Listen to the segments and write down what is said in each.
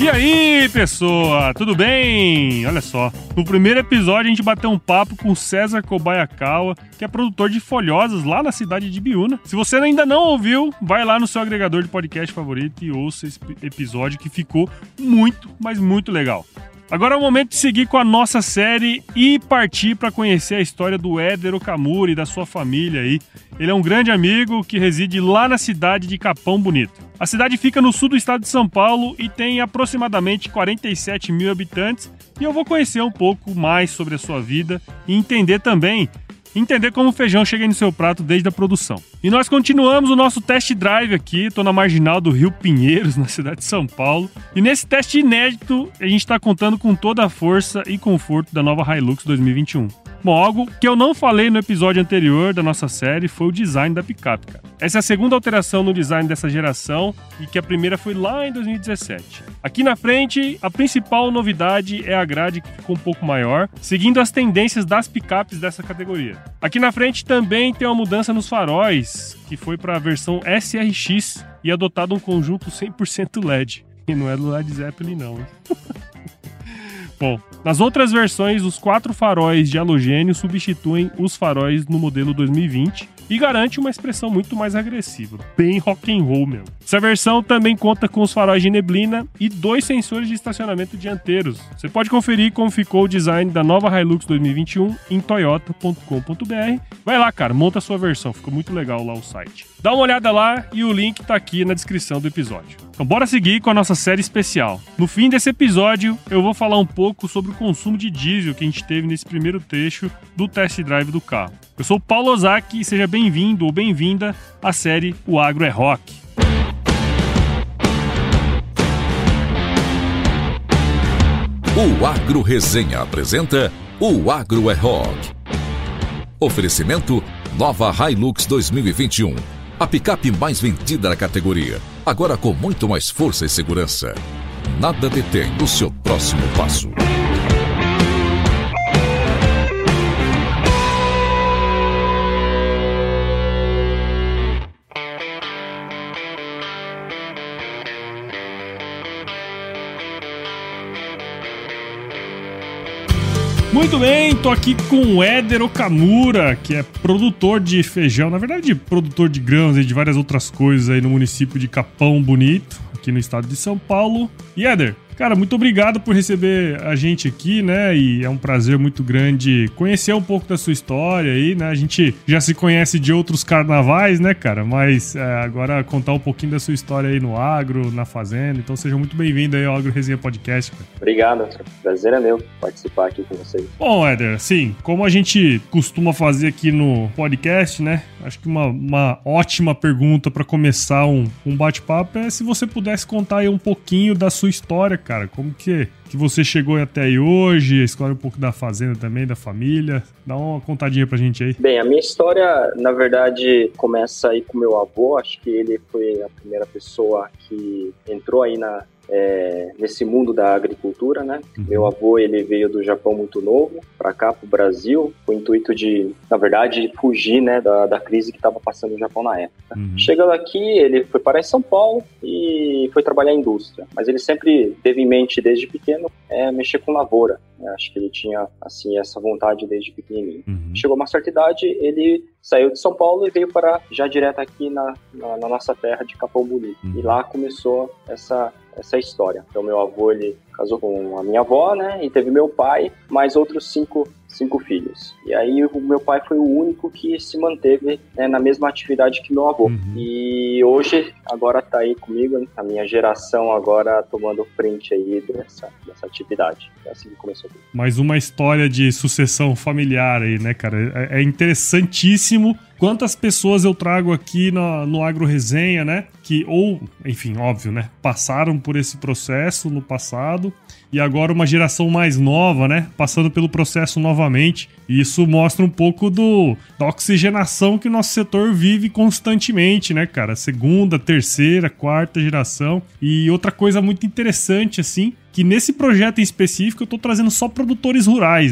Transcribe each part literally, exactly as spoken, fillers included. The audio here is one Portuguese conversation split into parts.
E aí, pessoa, tudo bem? Olha só, no primeiro episódio a gente bateu um papo com o César Kobayakawa, que é produtor de Folhosas lá na cidade de Biúna. Se você ainda não ouviu, vai lá no seu agregador de podcast favorito e ouça esse episódio que ficou muito, mas muito legal. Agora é o momento de seguir com a nossa série e partir para conhecer a história do Éder Okamura e da sua família aí. Ele é um grande amigo que reside lá na cidade de Capão Bonito. A cidade fica no sul do estado de São Paulo e tem aproximadamente quarenta e sete mil habitantes. E eu vou conhecer um pouco mais sobre a sua vida e entender também entender como o feijão chega no seu prato desde a produção. E nós continuamos o nosso test drive aqui, estou na marginal do Rio Pinheiros, na cidade de São Paulo. E nesse teste inédito, a gente está contando com toda a força e conforto da nova Hilux dois mil e vinte e um. Bom, algo que eu não falei no episódio anterior da nossa série foi o design da picape, cara. Essa é a segunda alteração no design dessa geração e que a primeira foi lá em dois mil e dezessete. Aqui na frente, a principal novidade é a grade que ficou um pouco maior, seguindo as tendências das picapes dessa categoria. Aqui na frente também tem uma mudança nos faróis, que foi para a versão S R X e adotado um conjunto cem por cento L E D. E não é do Led Zeppelin não, hein? Bom, nas outras versões, os quatro faróis de halogênio substituem os faróis no modelo dois mil e vinte e garante uma expressão muito mais agressiva, bem rock and roll mesmo. Essa versão também conta com os faróis de neblina e dois sensores de estacionamento dianteiros. Você pode conferir como ficou o design da nova Hilux dois mil e vinte e um em toyota ponto com ponto b r. Vai lá, cara, monta a sua versão, ficou muito legal lá o site. Dá uma olhada lá e o link tá aqui na descrição do episódio. Então bora seguir com a nossa série especial. No fim desse episódio, eu vou falar um pouco sobre o consumo de diesel que a gente teve nesse primeiro trecho do test drive do carro. Eu sou o Paulo Ozaki e seja bem-vindo ou bem-vinda à série O Agro é Rock. O Agro Resenha apresenta O Agro é Rock. Oferecimento Nova Hilux dois mil e vinte e um. A picape mais vendida da categoria, agora com muito mais força e segurança. Nada detém o seu próximo passo. Muito bem, tô aqui com o Éder Okamura, que é produtor de feijão, na verdade produtor de grãos e de várias outras coisas aí no município de Capão Bonito, aqui no estado de São Paulo. E Éder, cara, muito obrigado por receber a gente aqui, né? E é um prazer muito grande conhecer um pouco da sua história aí, né? A gente já se conhece de outros carnavais, né, cara? Mas é, agora contar um pouquinho da sua história aí no agro, na fazenda. Então seja muito bem-vindo aí ao Agro Resenha Podcast, cara. Obrigado, prazer é meu participar aqui com vocês. Bom, Éder, assim, como a gente costuma fazer aqui no podcast, né? Acho que uma, uma ótima pergunta para começar um, um bate-papo é se você pudesse contar aí um pouquinho da sua história, cara. Como que, que você chegou até aí hoje, a história um pouco da fazenda também, da família. Dá uma contadinha pra gente aí. Bem, a minha história, na verdade, começa aí com meu avô. Acho que ele foi a primeira pessoa que entrou aí na... É, nesse mundo da agricultura, né? Uhum. Meu avô, ele veio do Japão muito novo para cá, pro Brasil, com o intuito de, na verdade, fugir, né, da, da crise que estava passando no Japão na época. Uhum. Chegando aqui, ele foi parar em São Paulo e foi trabalhar em indústria, mas ele sempre teve em mente, desde pequeno, é, mexer com lavoura. Acho que ele tinha, assim, essa vontade desde pequenininho. Uhum. Chegou a uma certa idade, ele saiu de São Paulo e veio para já direto aqui na, na, na nossa terra de Capão Bonito. Uhum. E lá começou essa, essa história. Então, meu avô, ele casou com a minha avó, né? E teve meu pai, mais outros cinco, cinco filhos. E aí, o meu pai foi o único que se manteve, né, na mesma atividade que meu avô. Uhum. E hoje, agora tá aí comigo, né, a minha geração agora tomando frente aí dessa, dessa atividade. É assim que começou. Mais uma história de sucessão familiar aí, né, cara? É interessantíssimo quantas pessoas eu trago aqui no, no Agro Resenha, né? Que, ou, enfim, óbvio, né? Passaram por esse processo no passado e agora uma geração mais nova, né? Passando pelo processo novamente. E isso mostra um pouco do, da oxigenação que o nosso setor vive constantemente, né, cara? Segunda, terceira, quarta geração. E outra coisa muito interessante, assim, que nesse projeto em específico eu tô trazendo só produtores rurais, né?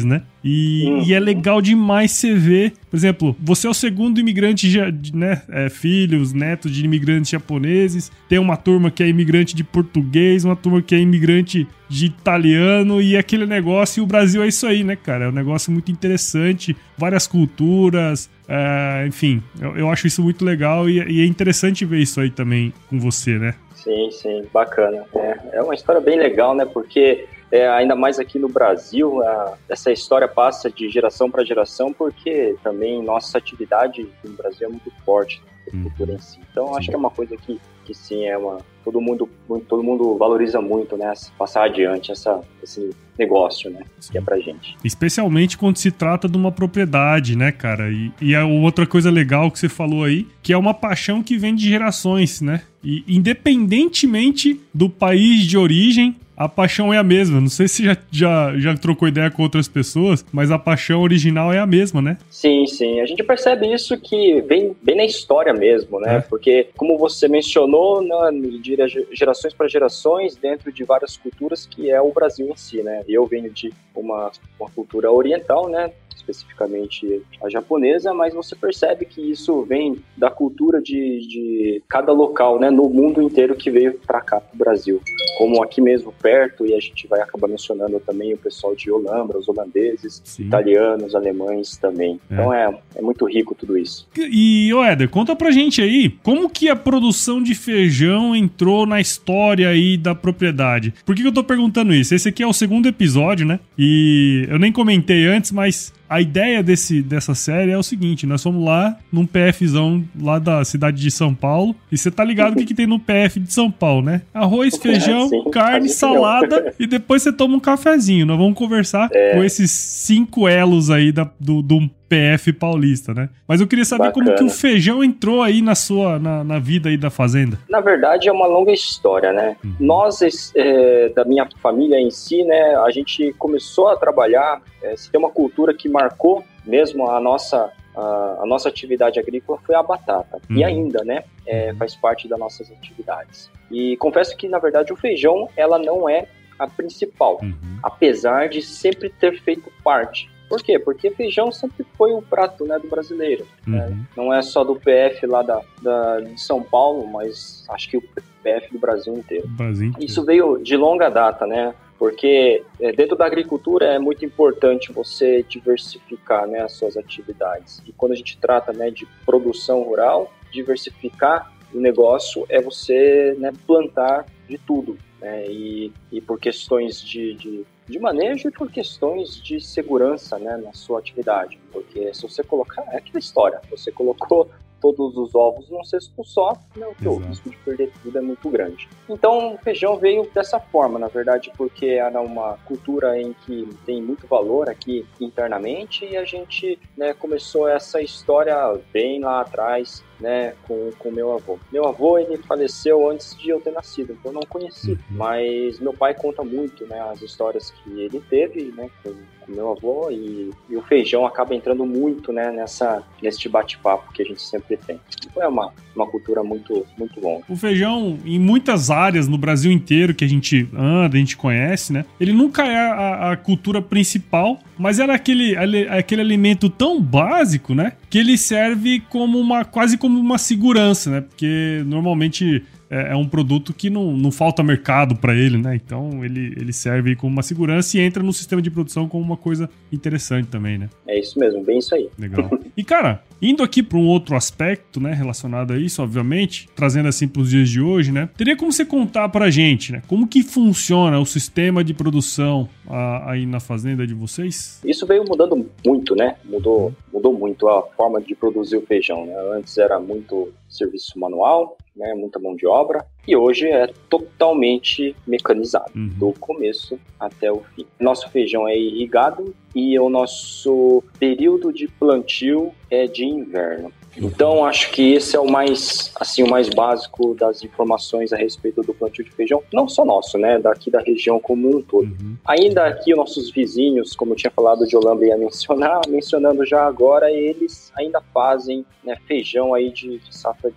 E, uhum. e é legal demais você ver, por exemplo, você é o segundo imigrante, né, é, filhos, netos de imigrantes japoneses, tem uma turma que é imigrante de português, uma turma que é imigrante de italiano, e aquele negócio, e o Brasil é isso aí, né, cara? É um negócio muito interessante, várias culturas, é, enfim, eu, eu acho isso muito legal, e, e é interessante ver isso aí também com você, né? Sim, sim, bacana. É, é uma história bem legal, né, porque é, ainda mais aqui no Brasil, a, essa história passa de geração para geração, porque também nossa atividade no Brasil é muito forte, né, a cultura em si. Então, sim. acho que é uma coisa que, que sim, é uma, todo mundo, todo mundo valoriza muito, né, passar adiante essa, esse negócio, né, sim. que é pra gente. Especialmente quando se trata de uma propriedade, né, cara? E, e a outra coisa legal que você falou aí, que é uma paixão que vem de gerações, né? E independentemente do país de origem, a paixão é a mesma. Não sei se já, já, já trocou ideia com outras pessoas, mas a paixão original é a mesma, né? Sim, sim. A gente percebe isso que vem bem na história mesmo, né? É. Porque, como você mencionou, né, de gerações para gerações, dentro de várias culturas, que é o Brasil em si, né? Eu venho de uma, uma cultura oriental, né? Especificamente a japonesa, mas você percebe que isso vem da cultura de, de cada local, né, no mundo inteiro que veio para cá, pro Brasil. Como aqui mesmo perto, e a gente vai acabar mencionando também o pessoal de Olambra, os holandeses, sim. italianos, alemães também. É. Então é, é muito rico tudo isso. E, ô Éder, conta pra gente aí, como que a produção de feijão entrou na história aí da propriedade? Por que que eu tô perguntando isso? Esse aqui é o segundo episódio, né? E eu nem comentei antes, mas a ideia desse, dessa série é o seguinte, nós fomos lá num PFzão lá da cidade de São Paulo, e você tá ligado o que, que tem no P F de São Paulo, né? Arroz, feijão, Sim, carne, salada, e depois você toma um cafezinho. Nós vamos conversar é. com esses cinco elos aí da, do, do P F paulista, né? Mas eu queria saber Bacana. como que o feijão entrou aí na sua, na, na vida aí da fazenda. Na verdade, é uma longa história, né? Uhum. Nós, é, da minha família em si, né, a gente começou a trabalhar, é, se tem uma cultura que marcou mesmo a nossa, a, a nossa atividade agrícola, foi a batata. Uhum. E ainda, né, é, faz parte das nossas atividades. E confesso que, na verdade, o feijão, ela não é a principal, uhum. apesar de sempre ter feito parte. Por quê? Porque feijão sempre foi o prato, né, do brasileiro. Uhum. Né? Não é só do P F lá da, da, de São Paulo, mas acho que o P F do Brasil inteiro. Brasil inteiro. Isso veio de longa data, né? Porque é, dentro da agricultura é muito importante você diversificar, né, as suas atividades. E quando a gente trata, né, de produção rural, diversificar o negócio é você, né, plantar de tudo. Né? E, e por questões de, de de manejo e por questões de segurança, né, na sua atividade. Porque se você colocar, é aquela história, você colocou todos os ovos num cesto só, né, o teu risco de perder tudo é muito grande. Então o feijão veio dessa forma, na verdade, porque era uma cultura em que tem muito valor aqui internamente, e a gente, né, começou essa história bem lá atrás, né, com o meu avô. Meu avô, ele faleceu antes de eu ter nascido, então eu não conheci, uhum. mas meu pai conta muito, né, as histórias que ele teve, né, com o meu avô, e, e o feijão acaba entrando muito, né, nessa, nesse bate-papo que a gente sempre tem. Então é uma, uma cultura muito, muito longa. O feijão, em muitas áreas no Brasil inteiro que a gente anda, a gente conhece, né, ele nunca é a, a cultura principal, mas era aquele, aquele alimento tão básico, né, que ele serve como uma, quase como uma segurança, né, porque normalmente é, é um produto que não, não falta mercado para ele, né, então ele, ele serve como uma segurança e entra no sistema de produção como uma coisa interessante também, né. É isso mesmo, bem isso aí. Legal. E cara, indo aqui para um outro aspecto, né, relacionado a isso, obviamente, trazendo assim para os dias de hoje, né, teria como você contar pra gente, né, como que funciona o sistema de produção a, aí na fazenda de vocês? Isso veio mudando muito, né, mudou, mudou muito a forma de produzir o feijão, né, antes era muito serviço manual, né, muita mão de obra, e hoje é totalmente mecanizado, uhum. do começo até o fim. Nosso feijão é irrigado e o nosso período de plantio é de inverno. Então, acho que esse é o mais, assim, o mais básico das informações a respeito do plantio de feijão. Não só nosso, né? Daqui da região como um todo. Uhum. Ainda aqui, os nossos vizinhos, como eu tinha falado de Olambra, ia mencionar, mencionando já agora, eles ainda fazem, né, feijão aí de, de safra de, de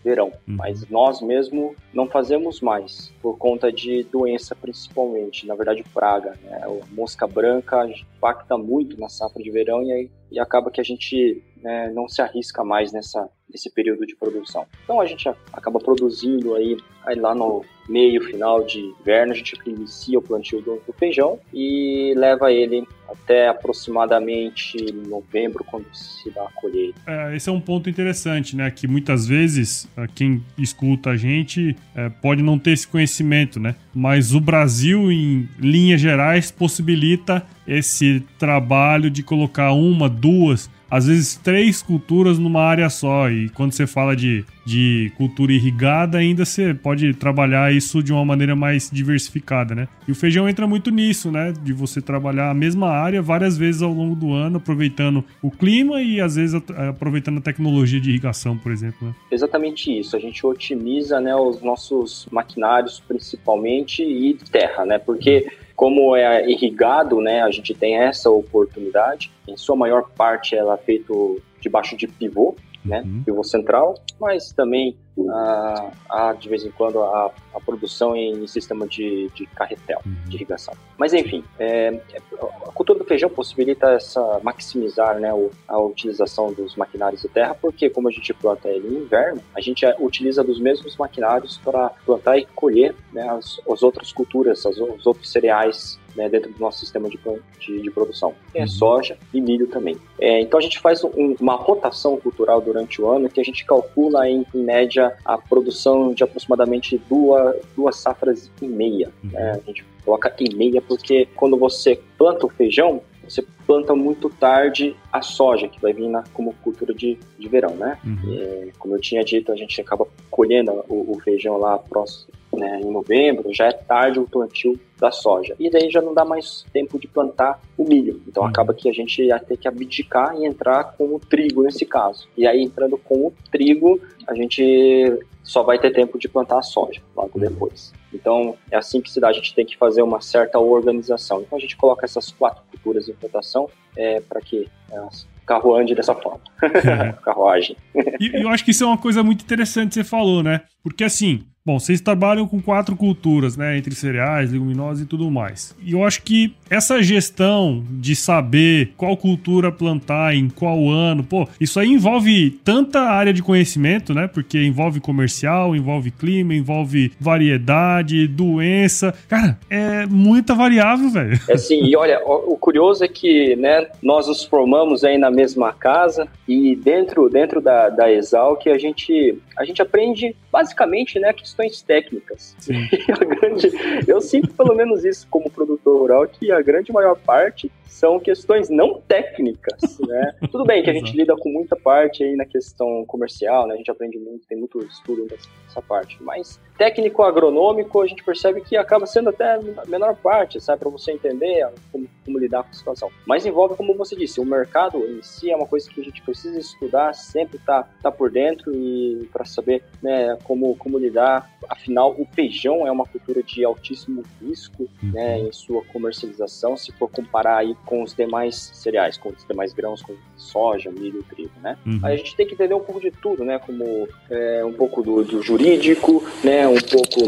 verão. Uhum. Mas nós mesmo não fazemos mais, por conta de doença principalmente, na verdade praga, né? A mosca branca impacta muito na safra de verão e, aí, e acaba que a gente né, não se arrisca mais nessa, nesse período de produção. Então a gente acaba produzindo aí, aí lá no meio, final de inverno, a gente inicia o plantio do, do feijão e leva ele até aproximadamente novembro, quando se dá a colheita. É, esse é um ponto interessante, né? Que muitas vezes quem escuta a gente é, pode não ter esse conhecimento, né? Mas o Brasil, em linhas gerais, possibilita esse trabalho de colocar uma, duas, às vezes três culturas numa área só. E quando você fala de, de cultura irrigada, ainda você pode trabalhar isso de uma maneira mais diversificada, né? E o feijão entra muito nisso, né? De você trabalhar a mesma área várias vezes ao longo do ano, aproveitando o clima e às vezes aproveitando a tecnologia de irrigação, por exemplo, né? Exatamente isso. A gente otimiza, né, os nossos maquinários principalmente e terra, né? Porque como é irrigado, né, a gente tem essa oportunidade. Em sua maior parte ela é feita debaixo de pivô, né, uhum. pivô central, mas também ah, há de vez em quando a, a produção em sistema de, de carretel, uhum. de irrigação. Mas enfim, é, a cultura do feijão possibilita essa maximizar, né, a utilização dos maquinários de terra, porque como a gente planta ele no inverno, a gente utiliza dos mesmos maquinários para plantar e colher, né, as, as outras culturas, as, os outros cereais, né, dentro do nosso sistema de, de, de produção. Tem uhum. soja e milho também. É, então a gente faz um, uma rotação cultural durante o ano que a gente calcula em, em média a produção de aproximadamente duas, duas safras e meia. Uhum. Né? A gente coloca em meia porque quando você planta o feijão, você planta muito tarde a soja, que vai vir na, como cultura de, de verão, né? Uhum. É, como eu tinha dito, a gente acaba colhendo o, o feijão lá próximo, né, em novembro, já é tarde o plantio da soja. E daí já não dá mais tempo de plantar o milho. Então uhum. acaba que a gente ia ter que abdicar e entrar com o trigo nesse caso. E aí entrando com o trigo, a gente só vai ter tempo de plantar a soja logo depois. Então é assim que se dá, a gente tem que fazer uma certa organização. Então a gente coloca essas quatro culturas em plantação é, para que elas carro ande dessa forma. É. Carruagem. E eu acho que isso é uma coisa muito interessante que você falou, né? Porque assim, bom, vocês trabalham com quatro culturas, né? Entre cereais, leguminosas e tudo mais. E eu acho que essa gestão de saber qual cultura plantar em qual ano, pô, isso aí envolve tanta área de conhecimento, né? Porque envolve comercial, envolve clima, envolve variedade, doença. Cara, é muita variável, velho. É assim, e olha, o curioso é que, né, nós nos formamos aí na mesma casa e dentro, dentro da, da Exalc a gente, a gente aprende basicamente, né, questões técnicas. A grande, eu sinto pelo menos isso como produtor rural, que a grande maior parte são questões não técnicas, né? Tudo bem que a gente lida com muita parte aí na questão comercial, né? A gente aprende muito, tem muito estudo nessa parte, mas técnico agronômico a gente percebe que acaba sendo até a menor parte, sabe? Para você entender como, como lidar com a situação. Mas envolve, como você disse, o mercado em si é uma coisa que a gente precisa estudar, sempre tá, tá por dentro e para saber, né, como, como lidar. Afinal, o feijão é uma cultura de altíssimo risco, uhum. né, em sua comercialização, se for comparar aí com os demais cereais, com os demais grãos, com soja, milho, trigo, né? Uhum. Aí a gente tem que entender um pouco de tudo, né? Como é, um pouco do, do jurídico, né? Um pouco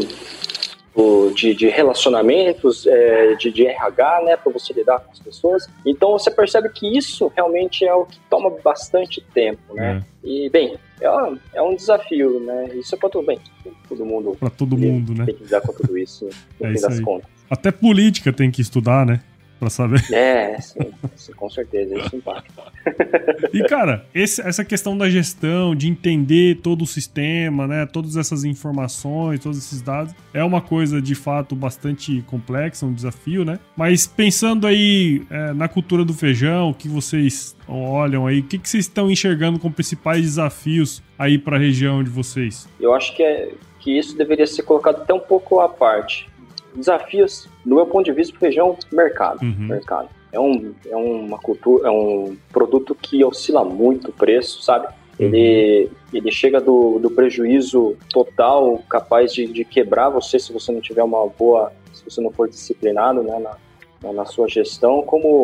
do, de, de relacionamentos, é, de, de R H, né? Para você lidar com as pessoas. Então você percebe que isso realmente é o que toma bastante tempo, né? Uhum. E, bem, é, é um desafio, né? Isso é para todo bem. Todo mundo. Para todo mundo, né? Tem que lidar com tudo isso, no é fim isso das aí. contas. Até política tem que estudar, né? Pra saber. É, sim, sim, com certeza, isso impacta. E, cara, esse, essa questão da gestão, de entender todo o sistema, né, todas essas informações, todos esses dados, é uma coisa, de fato, bastante complexa, um desafio, né? Mas pensando aí é, na cultura do feijão, o que vocês olham aí, o que, que vocês estão enxergando como principais desafios aí pra região de vocês? Eu acho que, é, que isso deveria ser colocado até um pouco à parte. Desafios, do meu ponto de vista, o feijão, mercado. Uhum. mercado. É, um, é uma cultura, é um produto que oscila muito o preço, sabe? Uhum. Ele, ele chega do, do prejuízo total, capaz de, de quebrar você se você não tiver uma boa, se você não for disciplinado, né, na, na, na sua gestão, como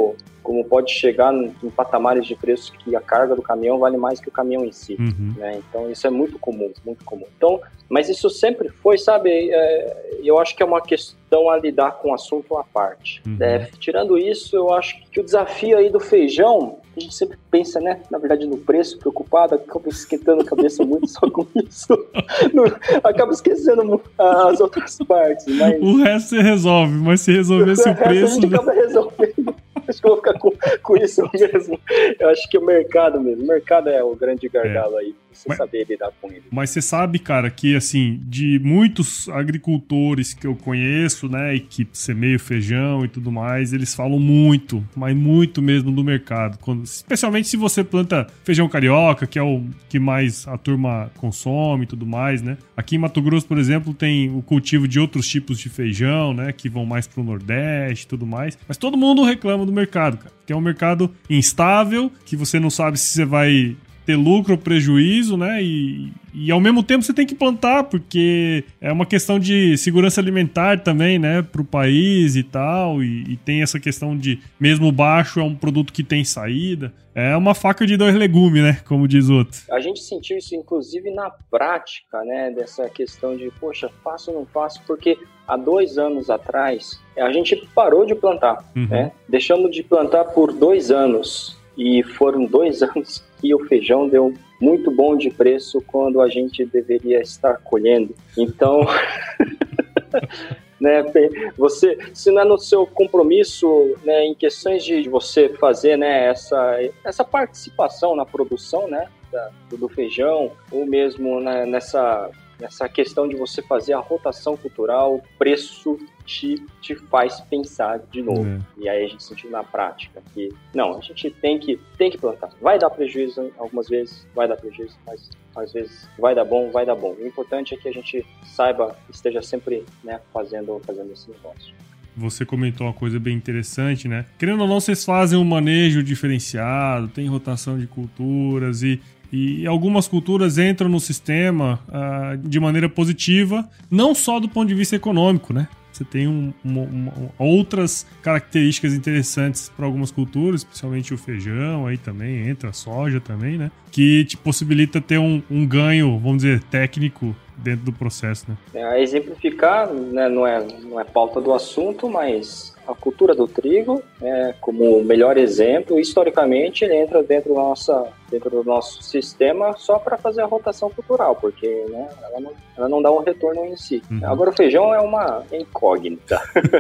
como pode chegar em patamares de preço que a carga do caminhão vale mais que o caminhão em si, uhum. né? Então isso é muito comum, muito comum. Então, mas isso sempre foi, sabe, é, eu acho que é uma questão a lidar com o assunto à parte. Uhum. É, tirando isso, eu acho que o desafio aí do feijão, a gente sempre pensa, né, na verdade no preço, preocupado, acaba esquentando a cabeça muito só com isso, no, acaba esquecendo as outras partes. Mas... O resto você resolve, mas se resolvesse o, o preço... a gente acaba resolvendo. Acho que eu vou ficar com, com isso mesmo. Eu acho que o mercado mesmo. O mercado é o grande gargalo é. aí. Você mas, saber lidar com ele. Mas você sabe, cara, que assim, de muitos agricultores que eu conheço, né, e que semeiam feijão e tudo mais, eles falam muito, mas muito mesmo do mercado. Quando, especialmente se você planta feijão carioca, que é o que mais a turma consome e tudo mais, né? Aqui em Mato Grosso, por exemplo, tem o cultivo de outros tipos de feijão, né, que vão mais pro Nordeste e tudo mais. Mas todo mundo reclama do mercado, cara. Que é um mercado instável, que você não sabe se você vai ter lucro ou prejuízo, né? E, e ao mesmo tempo você tem que plantar, porque é uma questão de segurança alimentar também, né? Pro país e tal. E, e tem essa questão de, mesmo baixo, é um produto que tem saída. É uma faca de dois legumes, né? Como diz o outro. A gente sentiu isso, inclusive, na prática, né? Dessa questão de, poxa, faço ou não faço? Porque há dois anos atrás, a gente parou de plantar, uhum. né? Deixamos de plantar por dois anos. E foram dois anos que o feijão deu muito bom de preço quando a gente deveria estar colhendo. Então, né, você, se não é no seu compromisso, né, em questões de você fazer, né, essa, essa participação na produção, né, da, do feijão, ou mesmo, né, nessa, nessa questão de você fazer a rotação cultural, o preço Te, te faz pensar de novo. É. E aí a gente sentiu na prática que, não, a gente tem que, tem que plantar. Vai dar prejuízo algumas vezes, vai dar prejuízo, mas às vezes vai dar bom, vai dar bom. O importante é que a gente saiba, esteja sempre, né, fazendo, fazendo esse negócio. Você comentou uma coisa bem interessante, né? Querendo ou não, vocês fazem um manejo diferenciado, tem rotação de culturas e E algumas culturas entram no sistema uh, de maneira positiva, não só do ponto de vista econômico, né? Você tem um, um, um, outras características interessantes para algumas culturas, especialmente o feijão, aí também entra a soja também, né? Que te possibilita ter um, um ganho, vamos dizer, técnico dentro do processo, né? É, a exemplificar, né, não é, não é pauta do assunto, mas a cultura do trigo, é, como o melhor exemplo, historicamente ele entra dentro do, nossa, dentro do nosso sistema só para fazer a rotação cultural, porque, né, ela, não, ela não dá um retorno em si. Uhum. Agora o feijão é uma incógnita,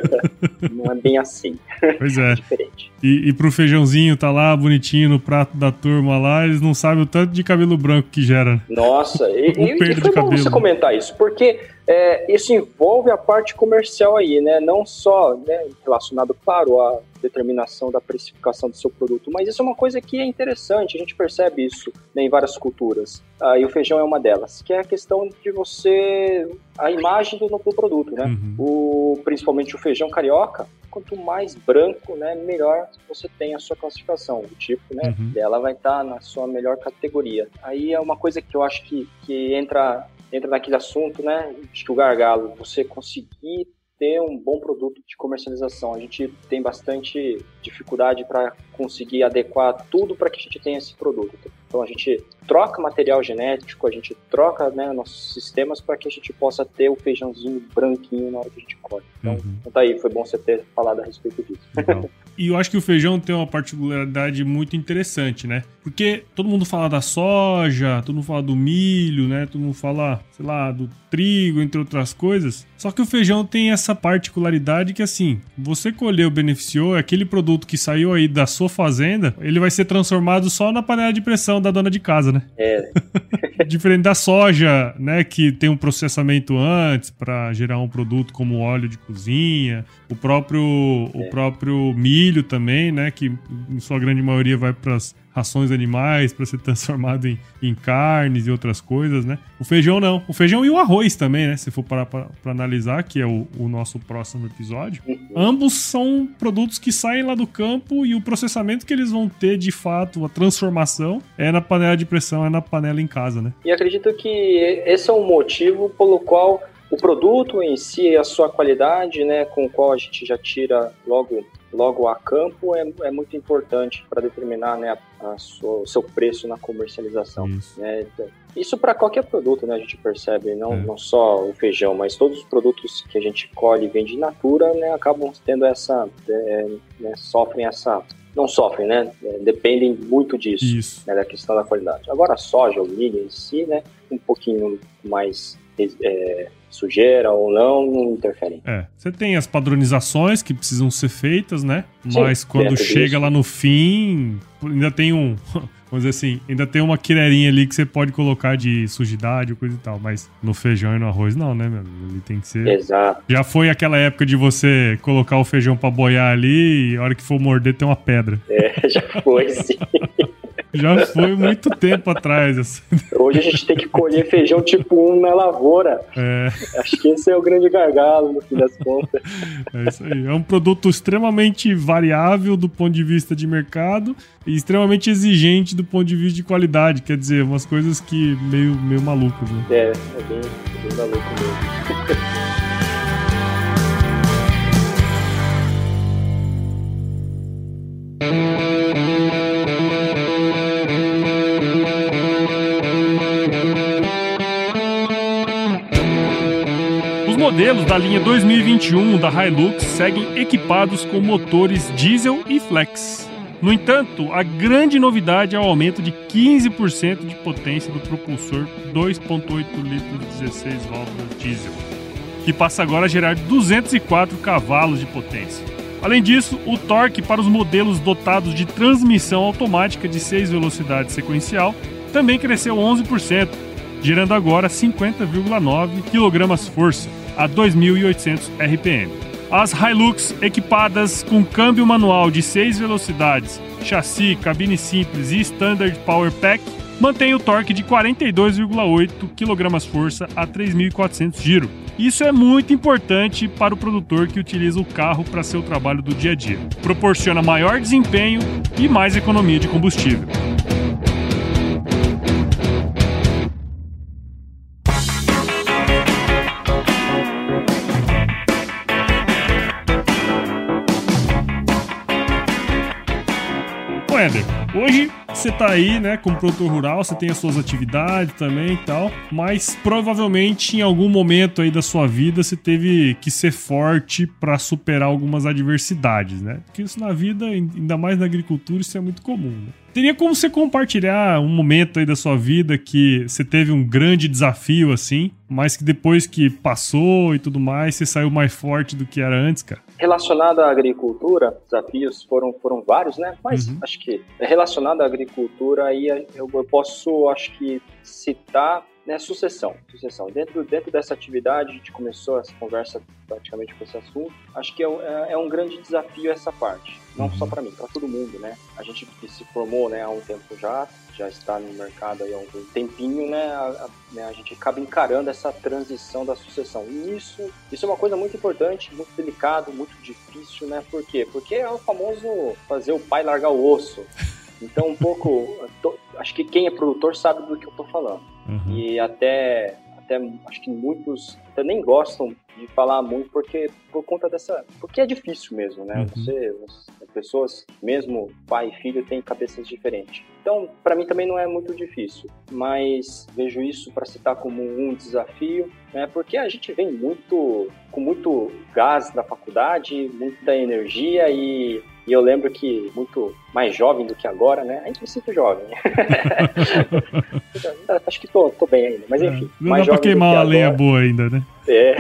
não é bem assim. Pois é. É diferente. E, e pro feijãozinho tá lá bonitinho no prato da turma lá, eles não sabem o tanto de cabelo branco que gera. Nossa, e, e, e foi bom você comentar isso, porque é, isso envolve a parte comercial aí, né? Não só, né, relacionado, claro, à determinação da precificação do seu produto, mas isso é uma coisa que é interessante, a gente percebe isso, né, em várias culturas, ah, e o feijão é uma delas, que é a questão de você, a imagem do, do produto, né? Uhum. O, principalmente o feijão carioca, quanto mais branco, né, melhor você tem a sua classificação, o tipo, né, uhum. dela vai estar na sua melhor categoria. Aí é uma coisa que eu acho que, que entra, entra naquele assunto, né, de que o gargalo, você conseguir ter um bom produto de comercialização. A gente tem bastante dificuldade para conseguir adequar tudo para que a gente tenha esse produto. Então a gente troca material genético, a gente troca, né, nossos sistemas para que a gente possa ter o feijãozinho branquinho na hora que a gente colhe. Então, uhum. então tá aí, foi bom você ter falado a respeito disso. Legal. E eu acho que o feijão tem uma particularidade muito interessante, né? Porque todo mundo fala da soja, todo mundo fala do milho, né? Todo mundo fala, sei lá, do trigo, entre outras coisas. Só que o feijão tem essa particularidade que, assim, você colheu, beneficiou, aquele produto que saiu aí da sua fazenda, ele vai ser transformado só na panela de pressão da dona de casa, né? É. Diferente da soja, né? Que tem um processamento antes para gerar um produto como óleo de cozinha. O próprio, é. o próprio milho também, né? Que em sua grande maioria vai para as rações animais para ser transformado em, em carnes e outras coisas, né? O feijão não. O feijão e o arroz também, né? Se for parar para analisar, que é o, o nosso próximo episódio. Uhum. Ambos são produtos que saem lá do campo e o processamento que eles vão ter, de fato, a transformação, é na panela de pressão, é na panela em casa, né? E acredito que esse é um motivo pelo qual o produto em si, a sua qualidade, né, com o qual a gente já tira logo logo a campo é, é muito importante para determinar, né, a, a sua, o seu preço na comercialização. Isso, né? Isso para qualquer produto, né, a gente percebe, não, é. não só o feijão, mas todos os produtos que a gente colhe e vende in natura, né, acabam tendo essa, é, né, sofrem essa... Não sofrem, né? Dependem muito disso, né, da questão da qualidade. Agora a soja, o milho em si, né, um pouquinho mais é, sujeira ou não, não interferem. É, você tem as padronizações que precisam ser feitas, né? Mas sim, quando chega disso. Lá no fim, ainda tem um... Vamos dizer assim, ainda tem uma quireirinha ali que você pode colocar de sujidade ou coisa e tal, mas no feijão e no arroz não, né, meu amigo? Ele tem que ser... Exato. Já foi aquela época de você colocar o feijão pra boiar ali e a hora que for morder tem uma pedra. É, já foi, sim. Já foi muito tempo atrás. Assim. Hoje a gente tem que colher feijão tipo um na lavoura. É. Acho que esse é o grande gargalo, no fim das contas. É isso aí. É um produto extremamente variável do ponto de vista de mercado e extremamente exigente do ponto de vista de qualidade. Quer dizer, umas coisas que meio, meio malucas, né? É, é bem, é bem maluco mesmo. Os modelos da linha dois mil e vinte e um da Hilux seguem equipados com motores diesel e flex. No entanto, a grande novidade é o aumento de quinze por cento de potência do propulsor dois vírgula oito litros dezesseis válvulas diesel, que passa agora a gerar duzentos e quatro cavalos de potência. Além disso, o torque para os modelos dotados de transmissão automática de seis velocidades sequencial também cresceu onze por cento, gerando agora cinquenta vírgula nove quilos-força a dois mil e oitocentos R P M. As Hilux equipadas com câmbio manual de seis velocidades, chassi, cabine simples e Standard Power Pack mantêm o torque de quarenta e dois vírgula oito quilos-força a três mil e quatrocentos giro. Isso é muito importante para o produtor que utiliza o carro para seu trabalho do dia a dia. Proporciona maior desempenho e mais economia de combustível. Éder, hoje você tá aí, né, como produtor rural, você tem as suas atividades também e tal, mas provavelmente em algum momento aí da sua vida você teve que ser forte para superar algumas adversidades, né? Porque isso na vida, ainda mais na agricultura, isso é muito comum, né? Teria como você compartilhar um momento aí da sua vida que você teve um grande desafio, assim, mas que depois que passou e tudo mais, você saiu mais forte do que era antes, cara? Relacionado à agricultura, desafios foram, foram vários, né? Mas uhum. acho que relacionado à agricultura, aí eu, eu posso, acho que, citar... Né, sucessão, sucessão. Dentro, dentro dessa atividade, a gente começou essa conversa praticamente com esse assunto. Acho que é, é, é um grande desafio essa parte, não só para mim, para todo mundo, né? A gente que se formou, né, há um tempo já, já está no mercado aí há um tempinho, né? A, a, né, a gente acaba encarando essa transição da sucessão. E isso, isso é uma coisa muito importante, muito delicado, muito difícil, né? Por quê? Porque é o famoso fazer o pai largar o osso. Então, um pouco, tô, acho que quem é produtor sabe do que eu estou falando. Uhum. E até, até, acho que muitos até nem gostam de falar muito porque, por conta dessa... Porque é difícil mesmo, né? Uhum. Você, as pessoas, mesmo pai e filho, têm cabeças diferentes. Então, para mim também não é muito difícil. Mas vejo isso para citar como um desafio, né? Porque a gente vem muito, com muito gás da faculdade, muita energia e... E eu lembro que, muito mais jovem do que agora, né? Ainda me sinto jovem. Acho que tô, tô bem ainda, mas enfim. É, não mais dá pra queimar uma lenha boa ainda, né? É.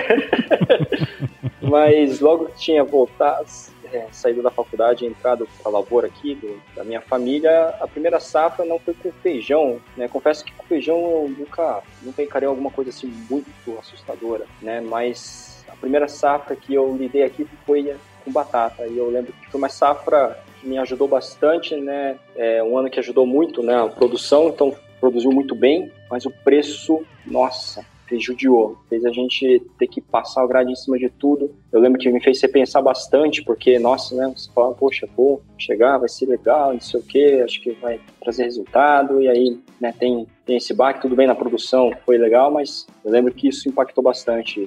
Mas logo que tinha voltado, é, saído da faculdade, entrado pra lavoura aqui do, da minha família, a primeira safra não foi com feijão, né? Confesso que com feijão eu nunca, nunca encarei alguma coisa assim muito assustadora, né? Mas a primeira safra que eu lidei aqui foi... com batata, e eu lembro que foi uma safra que me ajudou bastante, né, é um ano que ajudou muito, né, a produção, então produziu muito bem, mas o preço, nossa, fez judiou, fez a gente ter que passar o grade em cima de tudo. Eu lembro que me fez repensar bastante, porque, nossa, né, você fala, poxa, vou chegar, vai ser legal, não sei o que, acho que vai trazer resultado, e aí, né, tem, tem esse baque, tudo bem na produção, foi legal, mas eu lembro que isso impactou bastante, né,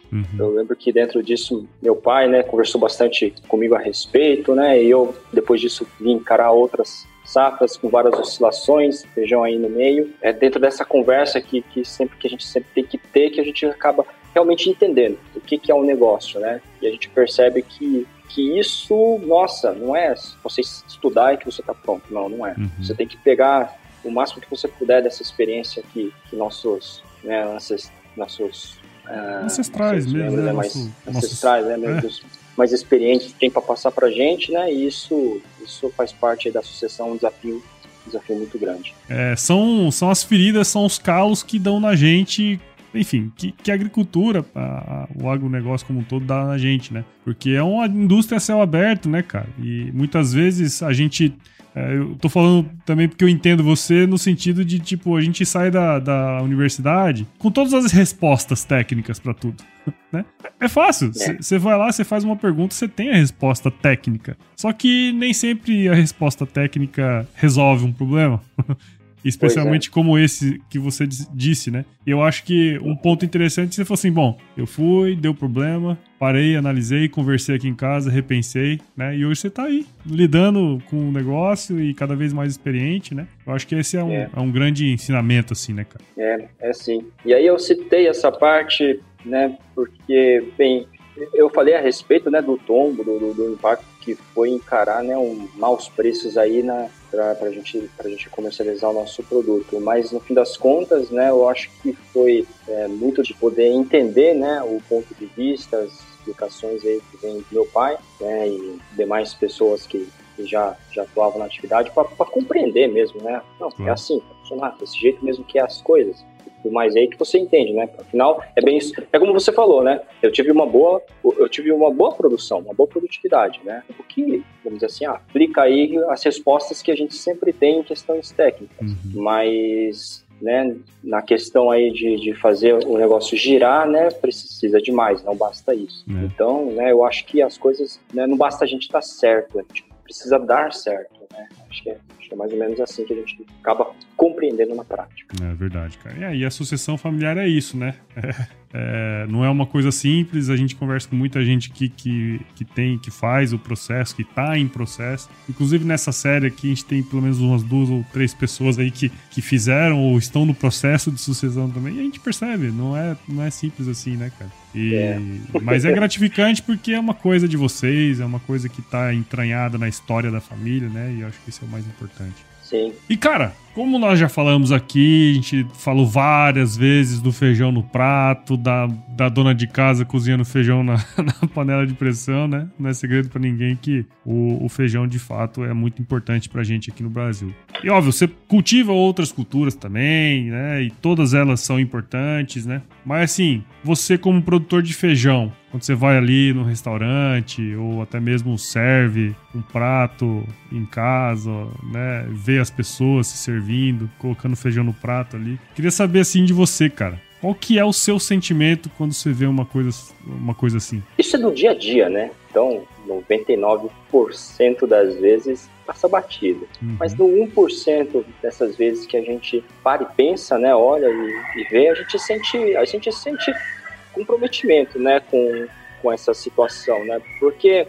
Uhum. Eu lembro que dentro disso, meu pai, né, conversou bastante comigo a respeito, né, e eu, depois disso, vim encarar outras safras com várias oscilações, feijão aí no meio. É dentro dessa conversa que, que, sempre, que a gente sempre tem que ter, que a gente acaba realmente entendendo o que, que é um negócio, né, e a gente percebe que que isso, nossa, não é você estudar e que você está pronto, não, não é. Uhum. Você tem que pegar o máximo que você puder dessa experiência que, que nossos, né, nossos, nossos uh, ancestrais nossos, mesmo, né, né, mais nosso, ancestrais, nossos, né, é. dos mais experientes tem para passar para a gente, né, e isso, isso faz parte aí da sucessão, um desafio, um desafio muito grande. É, são, são as feridas, são os calos que dão na gente, enfim, que, que a agricultura, a, a, o agronegócio como um todo dá na gente, né? Porque é uma indústria a céu aberto, né, cara? E muitas vezes a gente... É, eu tô falando também porque eu entendo você no sentido de, tipo, a gente sai da, da universidade com todas as respostas técnicas pra tudo, né? É fácil. Você é. vai lá, você faz uma pergunta, você tem a resposta técnica. Só que nem sempre a resposta técnica resolve um problema. Especialmente é. como esse que você disse, né? E eu acho que um ponto interessante, você falou assim, bom, eu fui, deu problema, parei, analisei, conversei aqui em casa, repensei, né? E hoje você tá aí, lidando com o negócio e cada vez mais experiente, né? Eu acho que esse é um, é. É um grande ensinamento, assim, né, cara? É, é sim. E aí eu citei essa parte, né? Porque, bem, eu falei a respeito, né, do tombo, do, do impacto que foi encarar, né, um maus preços aí na para a gente, pra gente comercializar o nosso produto, mas no fim das contas, né, eu acho que foi é, muito de poder entender, né, o ponto de vista, as explicações aí que vem do meu pai, né, e demais pessoas que, que já, já atuavam na atividade para compreender mesmo, né, não, é assim, funcionar desse jeito mesmo que é as coisas. Do mais aí que você entende, né? Afinal, é bem isso. É como você falou, né? Eu tive uma boa, eu tive uma boa produção, uma boa produtividade, né? O que, vamos dizer assim, ah, aplica aí as respostas que a gente sempre tem em questões técnicas. Uhum. Mas, né, na questão aí de, de fazer o negócio girar, né? Precisa de mais, não basta isso. Uhum. Então, né, eu acho que as coisas, né, não basta a gente estar certo, a gente precisa dar certo, né? Acho que é, acho que é mais ou menos assim que a gente acaba compreendendo na prática. É verdade, cara. E aí a sucessão familiar é isso, né? É, é, não é uma coisa simples, a gente conversa com muita gente que, que, que tem, que faz o processo, que tá em processo. Inclusive nessa série aqui a gente tem pelo menos umas duas ou três pessoas aí que, que fizeram ou estão no processo de sucessão também. E a gente percebe, não é, não é simples assim, né, cara? E, é. Mas é gratificante porque é uma coisa de vocês, é uma coisa que tá entranhada na história da família, né? E eu acho que isso é o mais importante. Sim. E, cara, como nós já falamos aqui, a gente falou várias vezes do feijão no prato, da, da dona de casa cozinhando feijão na, na panela de pressão, né? Não é segredo pra ninguém que o, o feijão, de fato, é muito importante pra gente aqui no Brasil. E, óbvio, você cultiva outras culturas também, né? E todas elas são importantes, né? Mas, assim, você como produtor de feijão, quando você vai ali no restaurante ou até mesmo serve um prato em casa, né? Vê as pessoas se servindo, colocando feijão no prato ali. Queria saber, assim, de você, cara. Qual que é o seu sentimento quando você vê uma coisa, uma coisa assim? Isso é do dia a dia, né? Então, noventa e nove por cento das vezes passa batido. Uhum. Mas no um por cento dessas vezes que a gente para e pensa, né? Olha e, e vê, a gente sente... A gente sente comprometimento, né, com, com essa situação, né, porque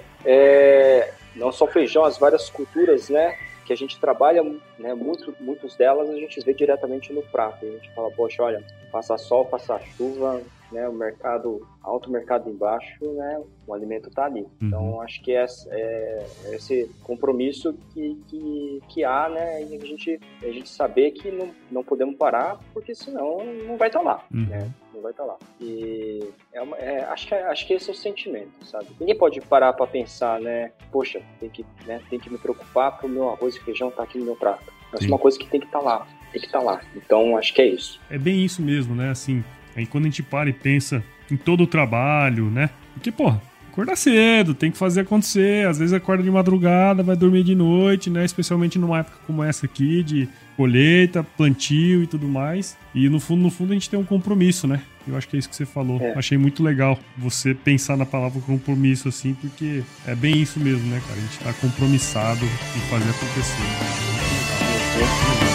é, não só feijão, as várias culturas, né, que a gente trabalha, né, muito, muitas delas a gente vê diretamente no prato, a gente fala, poxa, olha, passa sol, passa chuva, né, o mercado alto, o mercado embaixo, né, o alimento está ali. Uhum. Então, acho que é, é esse compromisso que, que, que há, né, e a gente, a gente saber que não, não podemos parar, porque senão não vai estar lá, uhum. né, não vai estar lá. E é uma, é, acho, que, acho que esse é o sentimento, sabe? Ninguém pode parar para pensar, né, poxa, tem que, né, tem que me preocupar para o meu arroz e feijão estar tá aqui no meu prato. Essa é uma coisa que tem que estar tá lá, tem que estar tá lá. Então, acho que é isso. É bem isso mesmo, né, assim... Aí quando a gente para e pensa em todo o trabalho, né? Porque, pô, acordar cedo, tem que fazer acontecer. Às vezes acorda de madrugada, vai dormir de noite, né? Especialmente numa época como essa aqui, de colheita, plantio e tudo mais. E no fundo, no fundo, a gente tem um compromisso, né? Eu acho que é isso que você falou. É. Achei muito legal você pensar na palavra compromisso, assim, porque é bem isso mesmo, né, cara? A gente tá compromissado em fazer acontecer. Muito legal. Muito legal.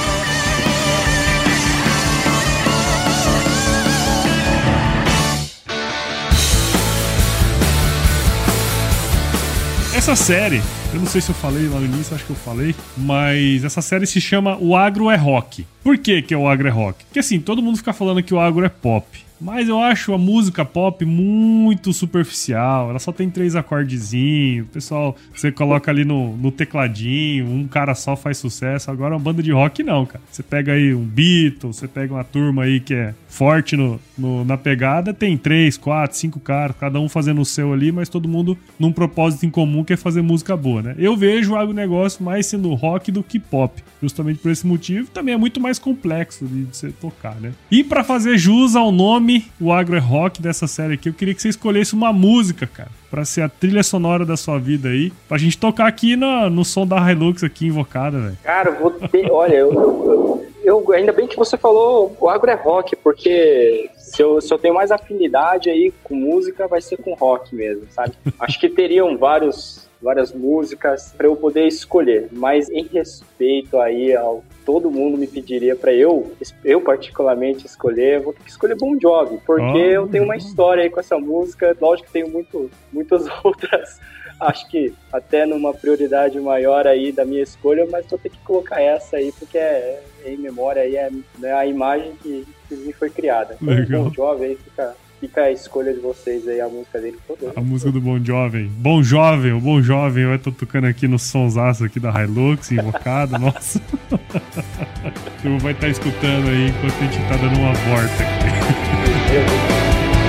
essa série, eu não sei se eu falei lá no início, acho que eu falei, mas essa série se chama O Agro é Rock. Por que que é O Agro é Rock? Porque assim, todo mundo fica falando que o agro é pop. Mas eu acho a música pop muito superficial. Ela só tem três acordezinhos. O pessoal, você coloca ali no, no tecladinho, um cara só faz sucesso. Agora uma banda de rock não, cara. Você pega aí um Beatles, você pega uma turma aí que é forte no, no, na pegada, tem três, quatro, cinco caras, cada um fazendo o seu ali, mas todo mundo num propósito em comum que é fazer música boa, né? Eu vejo o agronegócio mais sendo rock do que pop. Justamente por esse motivo, também é muito mais complexo de você tocar, né? E pra fazer jus ao nome O Agro é Rock dessa série aqui, eu queria que você escolhesse uma música, cara, pra ser a trilha sonora da sua vida aí, pra gente tocar aqui no, no som da Hilux aqui invocada, velho. Cara, vou ter, olha, eu, eu, eu, ainda bem que você falou O Agro é Rock, porque se eu, se eu tenho mais afinidade aí com música, vai ser com rock mesmo, sabe? Acho que teriam vários, várias músicas pra eu poder escolher, mas em respeito aí ao todo mundo me pediria pra eu, eu particularmente escolher, eu vou ter que escolher Bon Jovi, porque oh, eu tenho uma história aí com essa música, lógico que tenho muito, muitas outras, acho que até numa prioridade maior aí da minha escolha, mas vou ter que colocar essa aí, porque é, é em memória aí, é, é a imagem que, que me foi criada. Então, Bon Jovi aí fica... Fica a escolha de vocês aí, a música dele. Todo a música do Bon Jovem. Bom Jovem, o Bon Jovem. Eu tô tocando aqui no sonsaço aqui da Hilux, invocado, nossa. Eu vai estar escutando aí enquanto a gente tá dando uma volta aqui.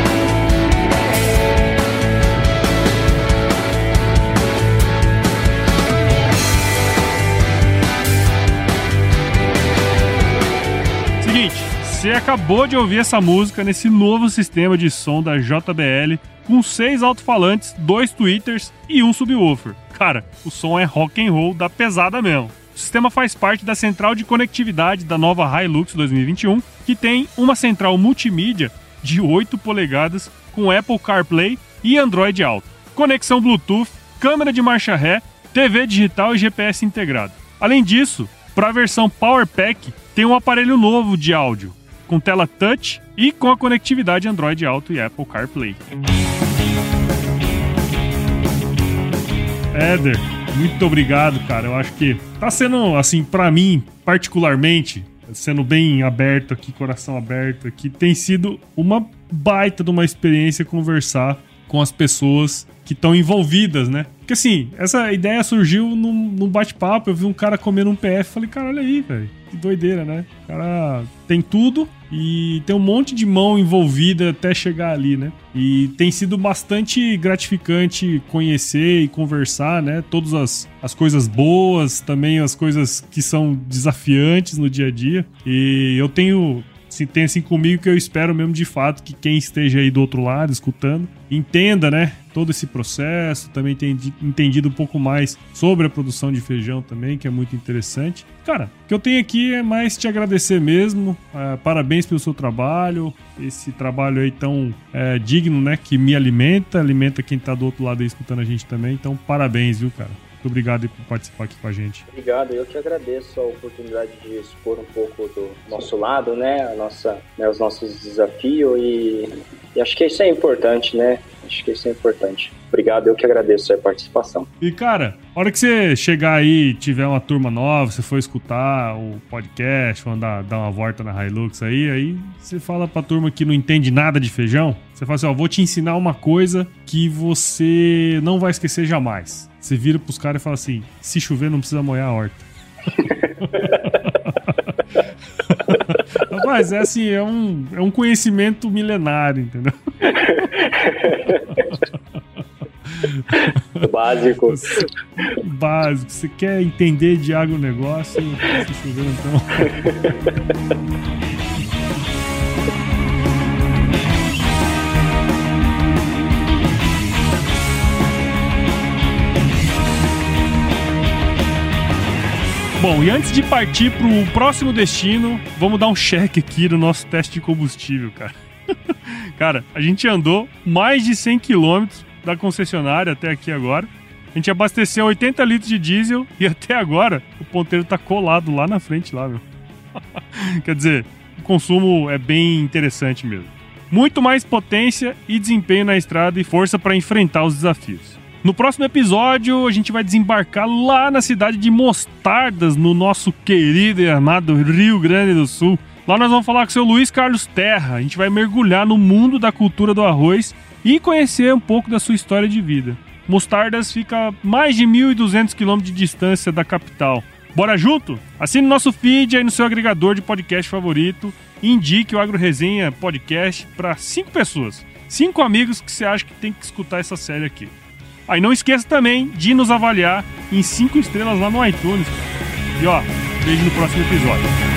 Você acabou de ouvir essa música nesse novo sistema de som da J B L com seis alto-falantes, dois tweeters e um subwoofer. Cara, o som é rock and roll da pesada mesmo. O sistema faz parte da central de conectividade da nova Hilux dois mil e vinte e um, que tem uma central multimídia de oito polegadas com Apple CarPlay e Android Auto, conexão Bluetooth, câmera de marcha ré, T V digital e G P S integrado. Além disso, para a versão Power Pack, tem um aparelho novo de áudio, com tela touch e com a conectividade Android Auto e Apple CarPlay. Éder, muito obrigado, cara. Eu acho que tá sendo, assim, pra mim, particularmente, sendo bem aberto aqui, coração aberto aqui, tem sido uma baita de uma experiência conversar com as pessoas que estão envolvidas, né? Porque assim, essa ideia surgiu num, num bate-papo, eu vi um cara comendo um P F, falei, cara, olha aí, velho, que doideira, né? O cara tem tudo e tem um monte de mão envolvida até chegar ali, né? E tem sido bastante gratificante conhecer e conversar, né? Todas as, as coisas boas, também as coisas que são desafiantes no dia a dia. E eu tenho... tem assim comigo que eu espero mesmo de fato que quem esteja aí do outro lado escutando entenda, né, todo esse processo, também tenha entendido um pouco mais sobre a produção de feijão também, que é muito interessante. Cara, o que eu tenho aqui é mais te agradecer mesmo, uh, parabéns pelo seu trabalho, esse trabalho aí tão uh, digno, né, que me alimenta, alimenta quem tá do outro lado aí escutando a gente também, então parabéns, viu, cara? Muito obrigado por participar aqui com a gente. Obrigado, eu que agradeço a oportunidade de expor um pouco do nosso lado, né, a nossa, né os nossos desafios e, e acho que isso é importante, né, acho que isso é importante. Obrigado, eu que agradeço a participação. E cara, a hora que você chegar aí, tiver uma turma nova, você for escutar o podcast, for andar, dar uma volta na Hilux aí, aí você fala pra turma que não entende nada de feijão, você fala assim, ó, vou te ensinar uma coisa que você não vai esquecer jamais. Você vira pros caras e fala assim, se chover não precisa molhar a horta. Mas é assim, é um, é um conhecimento milenário, entendeu? Básico. Básico. Você quer entender de agronegócio, se chover então... Bom, e antes de partir pro próximo destino, vamos dar um check aqui no nosso teste de combustível, cara. Cara, a gente andou mais de cem quilômetros da concessionária até aqui agora. A gente abasteceu oitenta litros de diesel e até agora o ponteiro tá colado lá na frente, lá, meu. Quer dizer, o consumo é bem interessante mesmo. Muito mais potência e desempenho na estrada e força para enfrentar os desafios. No próximo episódio, a gente vai desembarcar lá na cidade de Mostardas, no nosso querido e amado Rio Grande do Sul. Lá nós vamos falar com o seu Luiz Carlos Terra. A gente vai mergulhar no mundo da cultura do arroz e conhecer um pouco da sua história de vida. Mostardas fica a mais de mil e duzentos quilômetros de distância da capital. Bora junto? Assine nosso feed aí no seu agregador de podcast favorito e indique o Agro Resenha Podcast para cinco pessoas. Cinco amigos que você acha que tem que escutar essa série aqui. Aí ah, não esqueça também de nos avaliar em cinco estrelas lá no iTunes. E ó, vejo no próximo episódio.